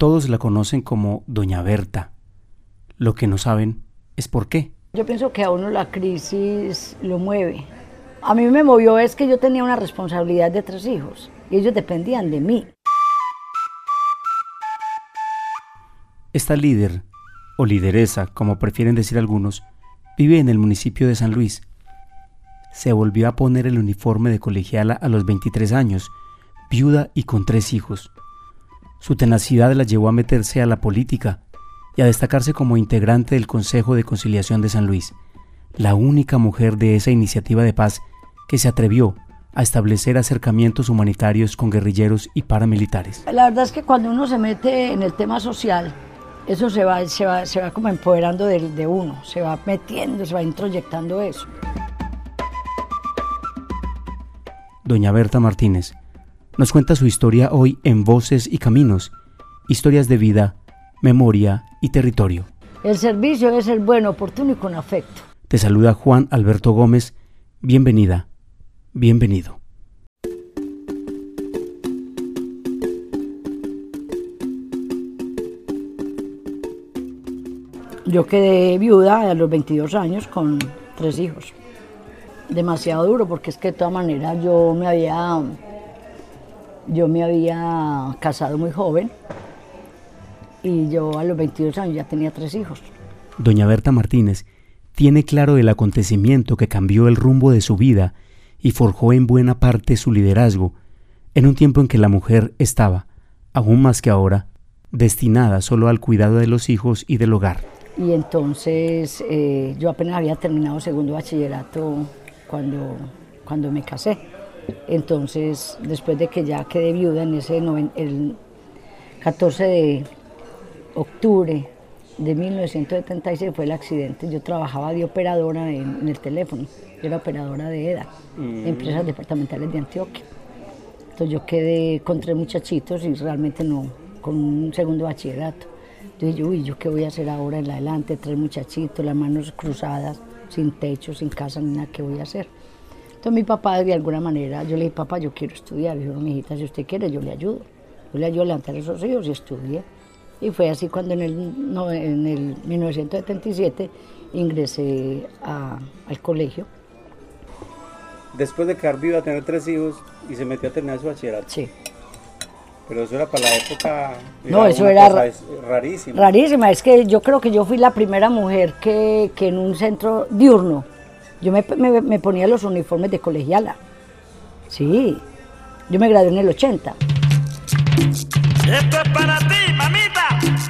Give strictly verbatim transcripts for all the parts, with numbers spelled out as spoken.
Todos la conocen como Doña Berta. Lo que no saben es por qué. Yo pienso que a uno la crisis lo mueve. A mí me movió es que yo tenía una responsabilidad de tres hijos y ellos dependían de mí. Esta líder, o lideresa, como prefieren decir algunos, vive en el municipio de San Luis. Se volvió a poner el uniforme de colegiala a los veintitrés años, viuda y con tres hijos. Su tenacidad la llevó a meterse a la política y a destacarse como integrante del Consejo de Conciliación de San Luis, la única mujer de esa iniciativa de paz que se atrevió a establecer acercamientos humanitarios con guerrilleros y paramilitares. La verdad es que cuando uno se mete en el tema social, eso se va, se va, se va como empoderando de, de uno, se va metiendo, se va introyectando eso. Doña Berta Martínez nos cuenta su historia hoy en Voces y Caminos, historias de vida, memoria y territorio. El servicio debe ser bueno, oportuno y con afecto. Te saluda Juan Alberto Gómez. Bienvenida, bienvenido. Yo quedé viuda a los veintidós años con tres hijos. Demasiado duro porque es que de todas maneras yo me había, yo me había casado muy joven y yo a los veintidós años ya tenía tres hijos. Doña Berta Martínez tiene claro el acontecimiento que cambió el rumbo de su vida y forjó en buena parte su liderazgo en un tiempo en que la mujer estaba, aún más que ahora, destinada solo al cuidado de los hijos y del hogar. Y entonces eh, yo apenas había terminado segundo bachillerato cuando, cuando me casé. Entonces, después de que ya quedé viuda en ese noven, el catorce de octubre de mil novecientos setenta y seis fue el accidente. Yo trabajaba de operadora en, en el teléfono, yo era operadora de EDA, mm. Empresas Departamentales de Antioquia. Entonces yo quedé con tres muchachitos y realmente no, con un segundo bachillerato. Entonces yo, uy, ¿yo qué voy a hacer ahora en adelante? Tres muchachitos, las manos cruzadas, sin techo, sin casa, ni nada, ¿qué voy a hacer? Entonces mi papá, de alguna manera, yo le dije, papá, yo quiero estudiar. Y dijo, mi hijita, si usted quiere, yo le ayudo. Yo le ayudo a levantar a esos hijos y estudié. Y fue así cuando en el, no, en el mil novecientos setenta y siete ingresé a, al colegio. Después de quedar viuda, tener tres hijos y se metió a terminar su bachillerato. Sí. Pero eso era para la época. No, eso era ra rarísima. Rarísima, es que yo creo que yo fui la primera mujer que, que en un centro diurno, yo me, me, me ponía los uniformes de colegiala. Sí, yo me gradué en el ochenta. Esto es para ti, mamita.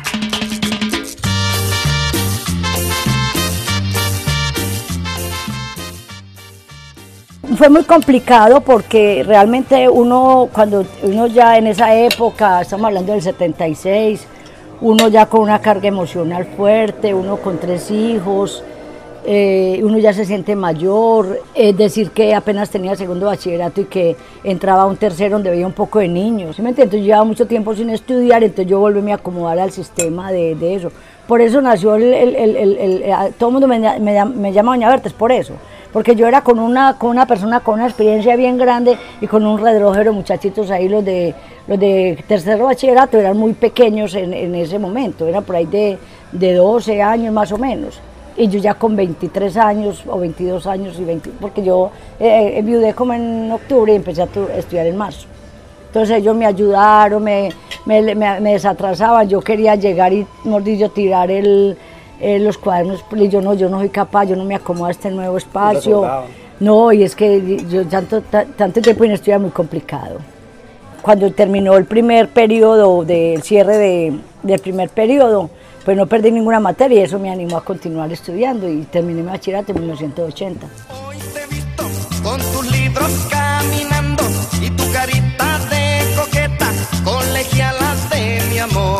Fue muy complicado porque realmente uno, cuando uno ya en esa época, estamos hablando del setenta y seis, uno ya con una carga emocional fuerte, uno con tres hijos, eh, uno ya se siente mayor, es decir que apenas tenía segundo bachillerato y que entraba a un tercero donde veía un poco de niños, ¿sí me entiendes? Entonces llevaba mucho tiempo sin estudiar, entonces yo volví a acomodar al sistema de, de eso. Por eso nació el, el, el, el, el, el todo el mundo me, me, me llama Doña Berta, es por eso. Porque yo era con una, con una persona con una experiencia bien grande y con un redrojero, muchachitos ahí, los de, los de tercero bachillerato, eran muy pequeños en, en ese momento, eran por ahí de, de doce años más o menos. Y yo ya con veintitrés años o veintidós años, y veinte, porque yo eh, enviudé como en octubre y empecé a estudiar en marzo. Entonces ellos me ayudaron, me, me, me, me desatrasaban, yo quería llegar y, mejor dicho, tirar el... Eh, los cuadernos, y yo no, yo no soy capaz, yo no me acomodo a este nuevo espacio. No, y es que yo tanto, tanto tiempo en estudio era muy complicado. Cuando terminó el primer periodo, del cierre de, del primer periodo, pues no perdí ninguna materia y eso me animó a continuar estudiando y terminé mi bachillerato en mil novecientos ochenta. Hoy te he visto con tus libros caminando y tu carita de coqueta, colegialas de mi amor.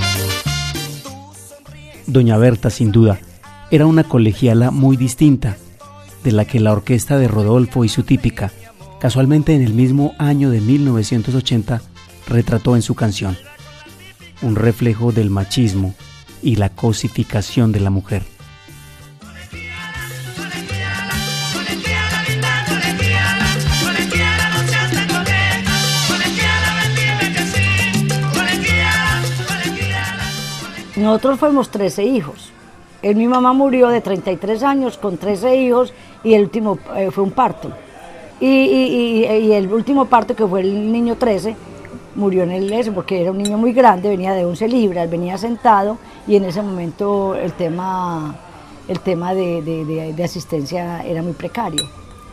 Doña Berta, sin duda, era una colegiala muy distinta, de la que la orquesta de Rodolfo y su típica, casualmente en el mismo año de mil novecientos ochenta, retrató en su canción. Un reflejo del machismo y la cosificación de la mujer. Nosotros fuimos trece hijos. Él, mi mamá murió de treinta y tres años con trece hijos y el último eh, fue un parto. Y, y, y, y el último parto, que fue el niño trece, murió en el ese porque era un niño muy grande, venía de once libras, venía sentado y en ese momento el tema, el tema de, de, de, de asistencia era muy precario.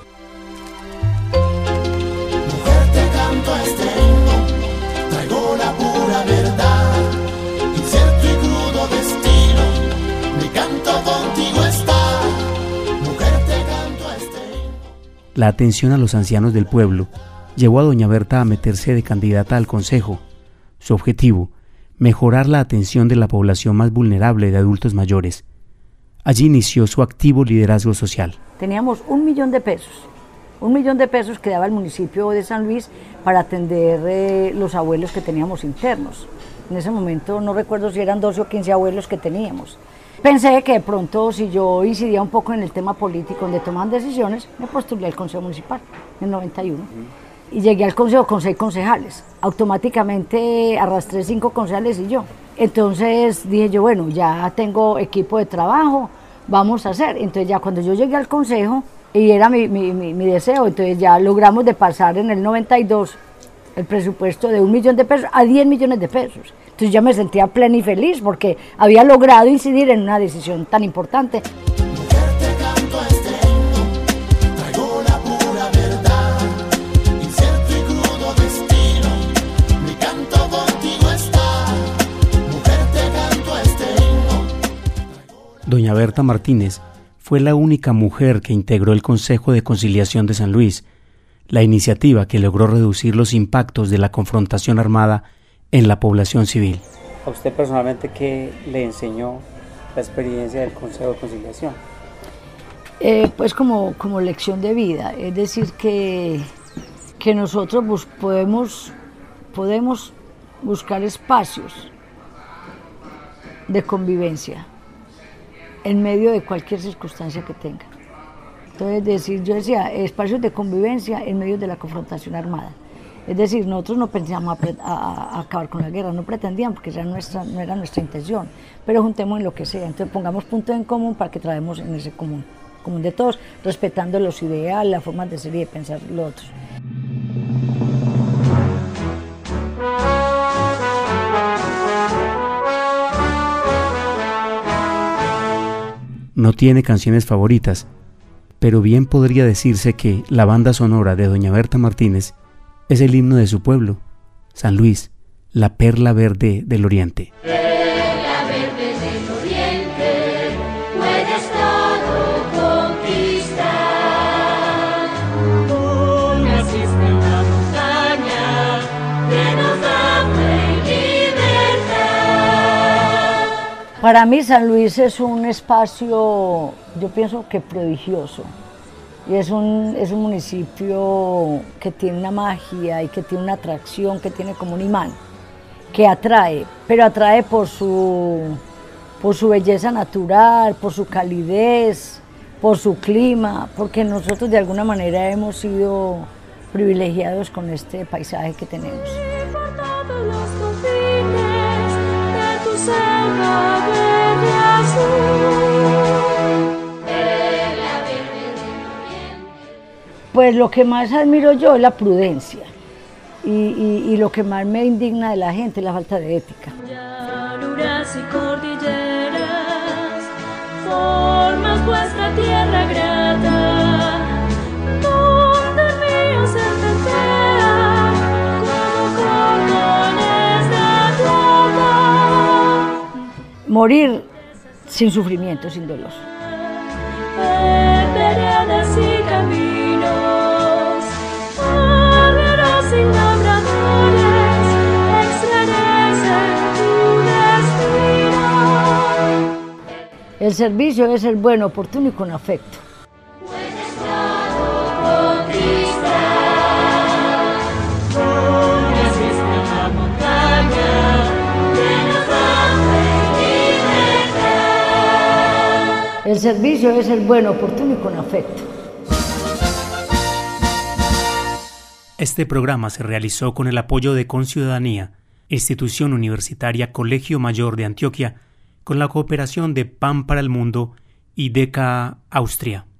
Mujer, te canto este himno, traigo la pura verdad, incierto y crudo destino, mi canto contigo está. Mujer, te canto este himno. La atención a los ancianos del pueblo llevó a doña Berta a meterse de candidata al consejo. Su objetivo, mejorar la atención de la población más vulnerable de adultos mayores. Allí inició su activo liderazgo social. Teníamos un millón de pesos, un millón de pesos que daba el municipio de San Luis para atender eh, los abuelos que teníamos internos. En ese momento no recuerdo si eran doce o quince abuelos que teníamos. Pensé que de pronto, si yo incidía un poco en el tema político donde toman decisiones, me postulé al Consejo Municipal en el noventa y uno. Y llegué al consejo con seis concejales. Automáticamente arrastré cinco concejales y yo. Entonces dije yo, bueno, ya tengo equipo de trabajo, vamos a hacer. Entonces ya cuando yo llegué al consejo, y era mi, mi, mi, mi deseo, entonces ya logramos de pasar en el noventa y dos el presupuesto de un millón de pesos a diez millones de pesos. Entonces ya me sentía plena y feliz porque había logrado incidir en una decisión tan importante. Doña Berta Martínez fue la única mujer que integró el Consejo de Conciliación de San Luis, la iniciativa que logró reducir los impactos de la confrontación armada en la población civil. ¿A usted personalmente qué le enseñó la experiencia del Consejo de Conciliación? Eh, pues como, como lección de vida, es decir que, que nosotros bus, podemos, podemos buscar espacios de convivencia en medio de cualquier circunstancia que tenga. Entonces, decir, yo decía, espacios de convivencia en medio de la confrontación armada. Es decir, nosotros no pensábamos a, a, a acabar con la guerra, no pretendíamos, porque era nuestra, no era nuestra intención, pero juntemos en lo que sea, entonces pongamos puntos en común para que traemos en ese común, común de todos, respetando los ideales, las formas de ser y de pensar los otros. No tiene canciones favoritas, pero bien podría decirse que la banda sonora de doña Berta Martínez es el himno de su pueblo, San Luis, la perla verde del Oriente. Perla verde del Oriente, puedes todo conquistar. Tú naciste en la montaña, llenos de hambre y libertad. Para mí San Luis es un espacio, yo pienso que prodigioso. Y es un, es un municipio que tiene una magia y que tiene una atracción, que tiene como un imán, que atrae, pero atrae por su, por su belleza natural, por su calidez, por su clima, porque nosotros de alguna manera hemos sido privilegiados con este paisaje que tenemos. Por todos los confines de tu selva verde azul. Pues lo que más admiro yo es la prudencia y, y, y lo que más me indigna de la gente es la falta de ética. Llanuras y cordilleras, formas vuestra tierra grata, donde el mío se tentea como cordones de plata. Morir sin sufrimiento, sin dolor. En veredas y caminos, arrieros y labradores, extrañas en tu destino. El servicio es el bueno, oportuno y con afecto. Puedes todo conquistar. Tú naciste en la montaña, llenos de hambre y libertad. El servicio es el bueno, oportuno y con afecto. Este programa se realizó con el apoyo de Conciudadanía, Institución Universitaria Colegio Mayor de Antioquia con la cooperación de Pan para el Mundo y D E C A Austria.